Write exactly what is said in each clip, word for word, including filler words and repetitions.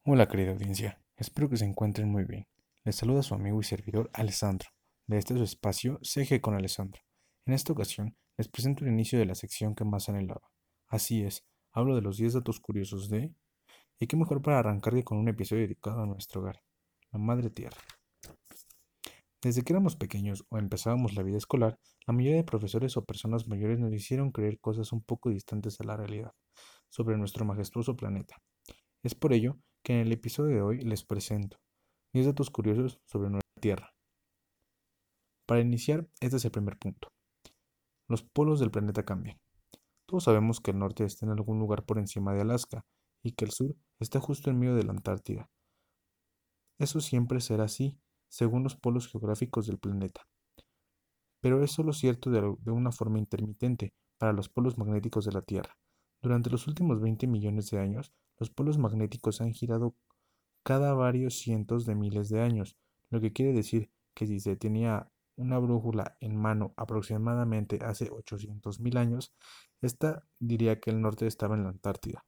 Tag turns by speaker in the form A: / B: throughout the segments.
A: Hola querida audiencia, espero que se encuentren muy bien. Les saluda su amigo y servidor Alessandro, de este su espacio C G con Alessandro. En esta ocasión les presento el inicio de la sección que más anhelaba. Así es, hablo de los diez datos curiosos de... Y qué mejor para arrancar que con un episodio dedicado a nuestro hogar, la Madre Tierra. Desde que éramos pequeños o empezábamos la vida escolar, la mayoría de profesores o personas mayores nos hicieron creer cosas un poco distantes a la realidad sobre nuestro majestuoso planeta. Es por ello que en el episodio de hoy les presento diez datos curiosos sobre nuestra Tierra. Para iniciar, este es el primer punto. Los polos del planeta cambian. Todos sabemos que el norte está en algún lugar por encima de Alaska y que el sur está justo en medio de la Antártida. Eso siempre será así, según los polos geográficos del planeta. Pero es solo cierto de, de una forma intermitente para los polos magnéticos de la Tierra. Durante los últimos veinte millones de años, los polos magnéticos han girado cada varios cientos de miles de años, lo que quiere decir que si se tenía una brújula en mano aproximadamente hace ochocientos mil años, esta diría que el norte estaba en la Antártida.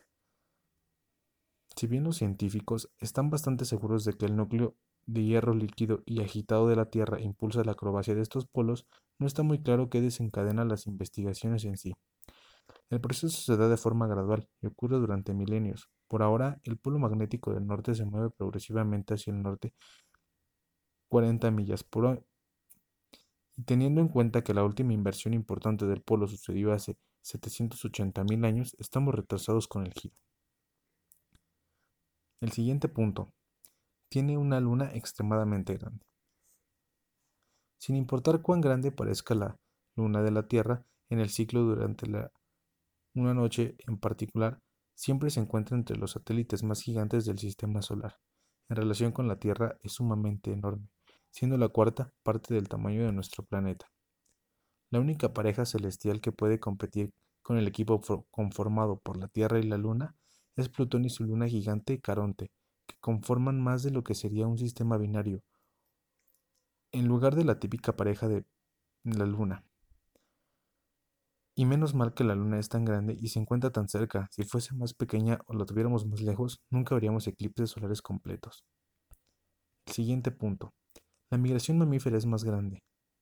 A: Si bien los científicos están bastante seguros de que el núcleo de hierro líquido y agitado de la Tierra impulsa la acrobacia de estos polos, no está muy claro qué desencadena las investigaciones en sí. El proceso se da de forma gradual y ocurre durante milenios. Por ahora, el polo magnético del norte se mueve progresivamente hacia el norte cuarenta millas por hora, y teniendo en cuenta que la última inversión importante del polo sucedió hace setecientos ochenta mil años, estamos retrasados con el giro. El siguiente punto. Tiene una luna extremadamente grande. Sin importar cuán grande parezca la luna de la Tierra en el ciclo durante la, una noche en particular, siempre se encuentra entre los satélites más gigantes del sistema solar. En relación con la Tierra es sumamente enorme, siendo la cuarta parte del tamaño de nuestro planeta. La única pareja celestial que puede competir con el equipo conformado por la Tierra y la Luna es Plutón y su luna gigante Caronte, que conforman más de lo que sería un sistema binario, en lugar de la típica pareja de la Luna. Y menos mal que la Luna es tan grande y se encuentra tan cerca. Si fuese más pequeña o la tuviéramos más lejos, nunca veríamos eclipses solares completos. El siguiente punto. La migración mamífera es más grande.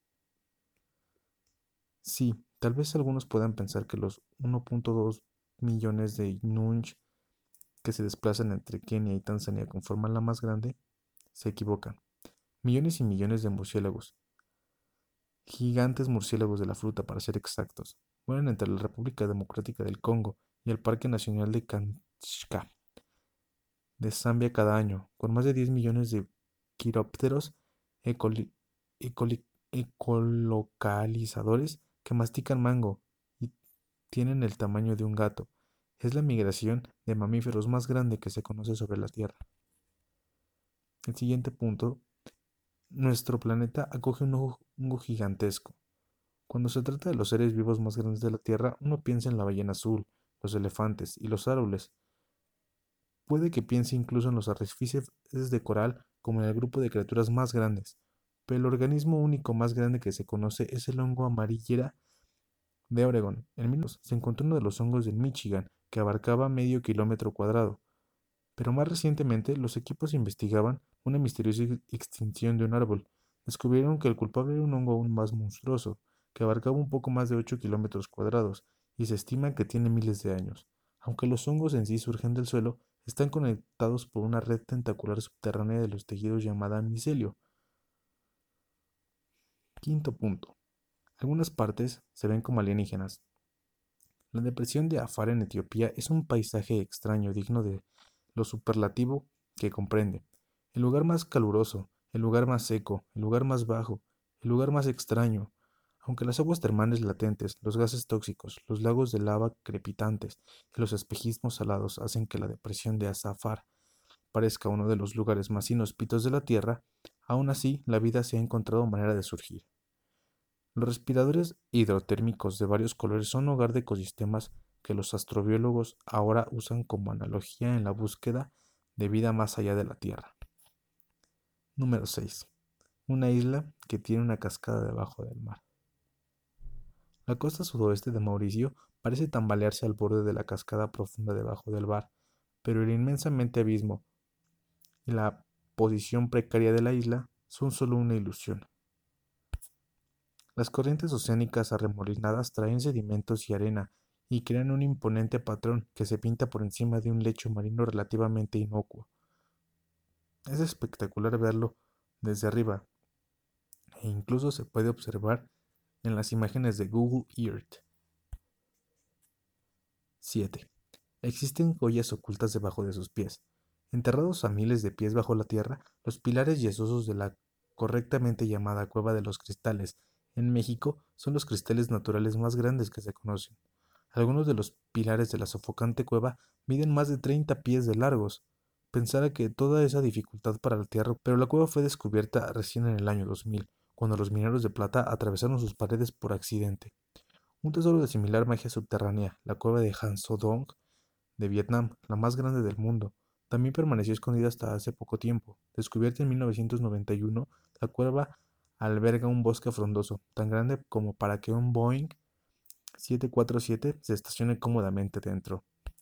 A: Sí, tal vez algunos puedan pensar que los uno punto dos millones de Nunch que se desplazan entre Kenia y Tanzania conforman la más grande. Se equivocan. Millones y millones de murciélagos, gigantes murciélagos de la fruta para ser exactos, vuelan entre la República Democrática del Congo y el Parque Nacional de Kanshka de Zambia cada año, con más de diez millones de quirópteros ecoli- ecoli- ecolocalizadores que mastican mango y tienen el tamaño de un gato. Es la migración de mamíferos más grande que se conoce sobre la Tierra. El siguiente punto. Nuestro planeta acoge un hongo, hongo gigantesco. Cuando se trata de los seres vivos más grandes de la Tierra, uno piensa en la ballena azul, los elefantes y los árboles. Puede que piense incluso en los arrecifes de coral como en el grupo de criaturas más grandes, pero el organismo único más grande que se conoce es el hongo amarillera de Oregon. En mil novecientos se encontró uno de los hongos del Michigan que abarcaba medio kilómetro cuadrado, pero más recientemente los equipos investigaban una misteriosa extinción de un árbol. Descubrieron que el culpable era un hongo aún más monstruoso, que abarcaba un poco más de ocho kilómetros cuadrados, y se estima que tiene miles de años. Aunque los hongos en sí surgen del suelo, están conectados por una red tentacular subterránea de los tejidos llamada micelio. Quinto punto. Algunas partes se ven como alienígenas. La depresión de Afar en Etiopía es un paisaje extraño digno de lo superlativo que comprende. El lugar más caluroso, el lugar más seco, el lugar más bajo, el lugar más extraño. Aunque las aguas termales latentes, los gases tóxicos, los lagos de lava crepitantes y los espejismos salados hacen que la depresión de Azafar parezca uno de los lugares más inhóspitos de la Tierra, aún así la vida se ha encontrado manera de surgir. Los respiradores hidrotérmicos de varios colores son hogar de ecosistemas que los astrobiólogos ahora usan como analogía en la búsqueda de vida más allá de la Tierra. Número seis. Una isla que tiene una cascada debajo del mar. La costa sudoeste de Mauricio parece tambalearse al borde de la cascada profunda debajo del mar, pero el inmensamente abismo y la posición precaria de la isla son solo una ilusión. Las corrientes oceánicas arremolinadas traen sedimentos y arena y crean un imponente patrón que se pinta por encima de un lecho marino relativamente inocuo. Es espectacular verlo desde arriba e incluso se puede observar en las imágenes de Google Earth. siete. Existen joyas ocultas debajo de sus pies. Enterrados a miles de pies bajo la tierra, los pilares yesosos de la correctamente llamada Cueva de los Cristales en México son los cristales naturales más grandes que se conocen. Algunos de los pilares de la sofocante cueva miden más de treinta pies de largos. Pensara que toda esa dificultad para la tierra, pero la cueva fue descubierta recién en el año dos mil, cuando los mineros de plata atravesaron sus paredes por accidente. Un tesoro de similar magia subterránea, la cueva de Han So Dong de Vietnam, la más grande del mundo, también permaneció escondida hasta hace poco tiempo. Descubierta en mil novecientos noventa y uno, la cueva alberga un bosque frondoso, tan grande como para que un Boeing siete cuatro siete se estacione cómodamente dentro.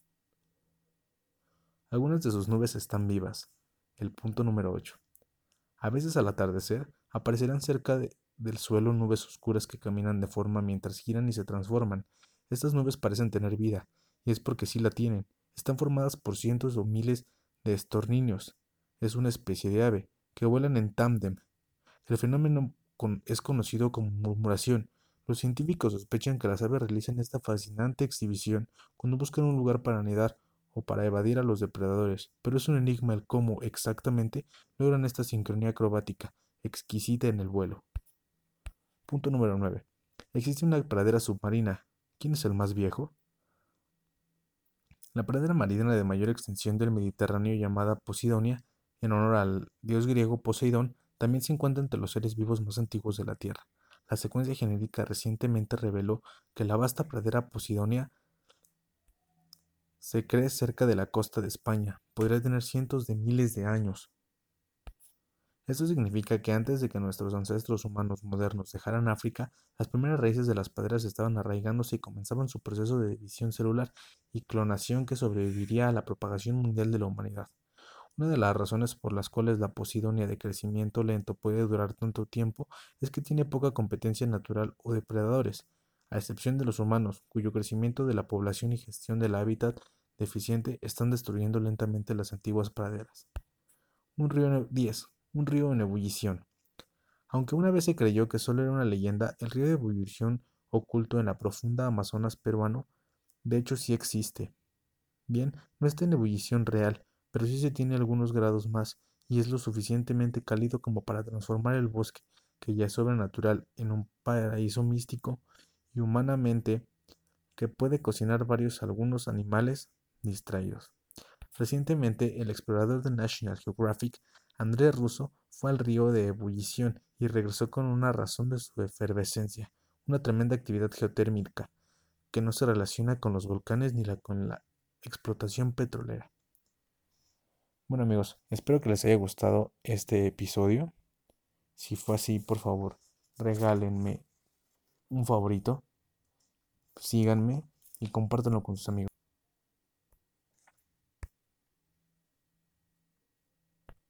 A: Algunas de sus nubes están vivas. El punto número ocho. A veces al atardecer aparecerán cerca de- del suelo nubes oscuras que caminan de forma mientras giran y se transforman. Estas nubes parecen tener vida, y es porque sí la tienen. Están formadas por cientos o miles de estorninos. Es una especie de ave, que vuelan en tándem. El fenómeno con- es conocido como murmuración. Los científicos sospechan que las aves realizan esta fascinante exhibición cuando buscan un lugar para anidar o para evadir a los depredadores, pero es un enigma el cómo exactamente logran esta sincronía acrobática, exquisita en el vuelo. Punto número nueve. Existe una pradera submarina. ¿Quién es el más viejo? La pradera marina de mayor extensión del Mediterráneo llamada Posidonia, en honor al dios griego Poseidón, también se encuentra entre los seres vivos más antiguos de la Tierra. La secuencia genética recientemente reveló que la vasta pradera Posidonia se cree cerca de la costa de España. Podría tener cientos de miles de años. Esto significa que antes de que nuestros ancestros humanos modernos dejaran África, las primeras raíces de las praderas estaban arraigándose y comenzaban su proceso de división celular y clonación que sobreviviría a la propagación mundial de la humanidad. Una de las razones por las cuales la posidonia de crecimiento lento puede durar tanto tiempo es que tiene poca competencia natural o depredadores, a excepción de los humanos, cuyo crecimiento de la población y gestión del hábitat deficiente están destruyendo lentamente las antiguas praderas. Un río diez. Un río en ebullición. Aunque una vez se creyó que solo era una leyenda, el río de ebullición oculto en la profunda Amazonas peruano, de hecho sí existe. Bien, no está en ebullición real, pero sí se tiene algunos grados más, y es lo suficientemente cálido como para transformar el bosque, que ya es sobrenatural, en un paraíso místico y humanamente que puede cocinar varios algunos animales distraídos. Recientemente, el explorador de National Geographic, André Russo, fue al río de ebullición y regresó con una razón de su efervescencia, una tremenda actividad geotérmica que no se relaciona con los volcanes ni la, con la explotación petrolera. Bueno amigos, espero que les haya gustado este episodio. Si fue así, por favor, regálenme un favorito, síganme y compártanlo con sus amigos.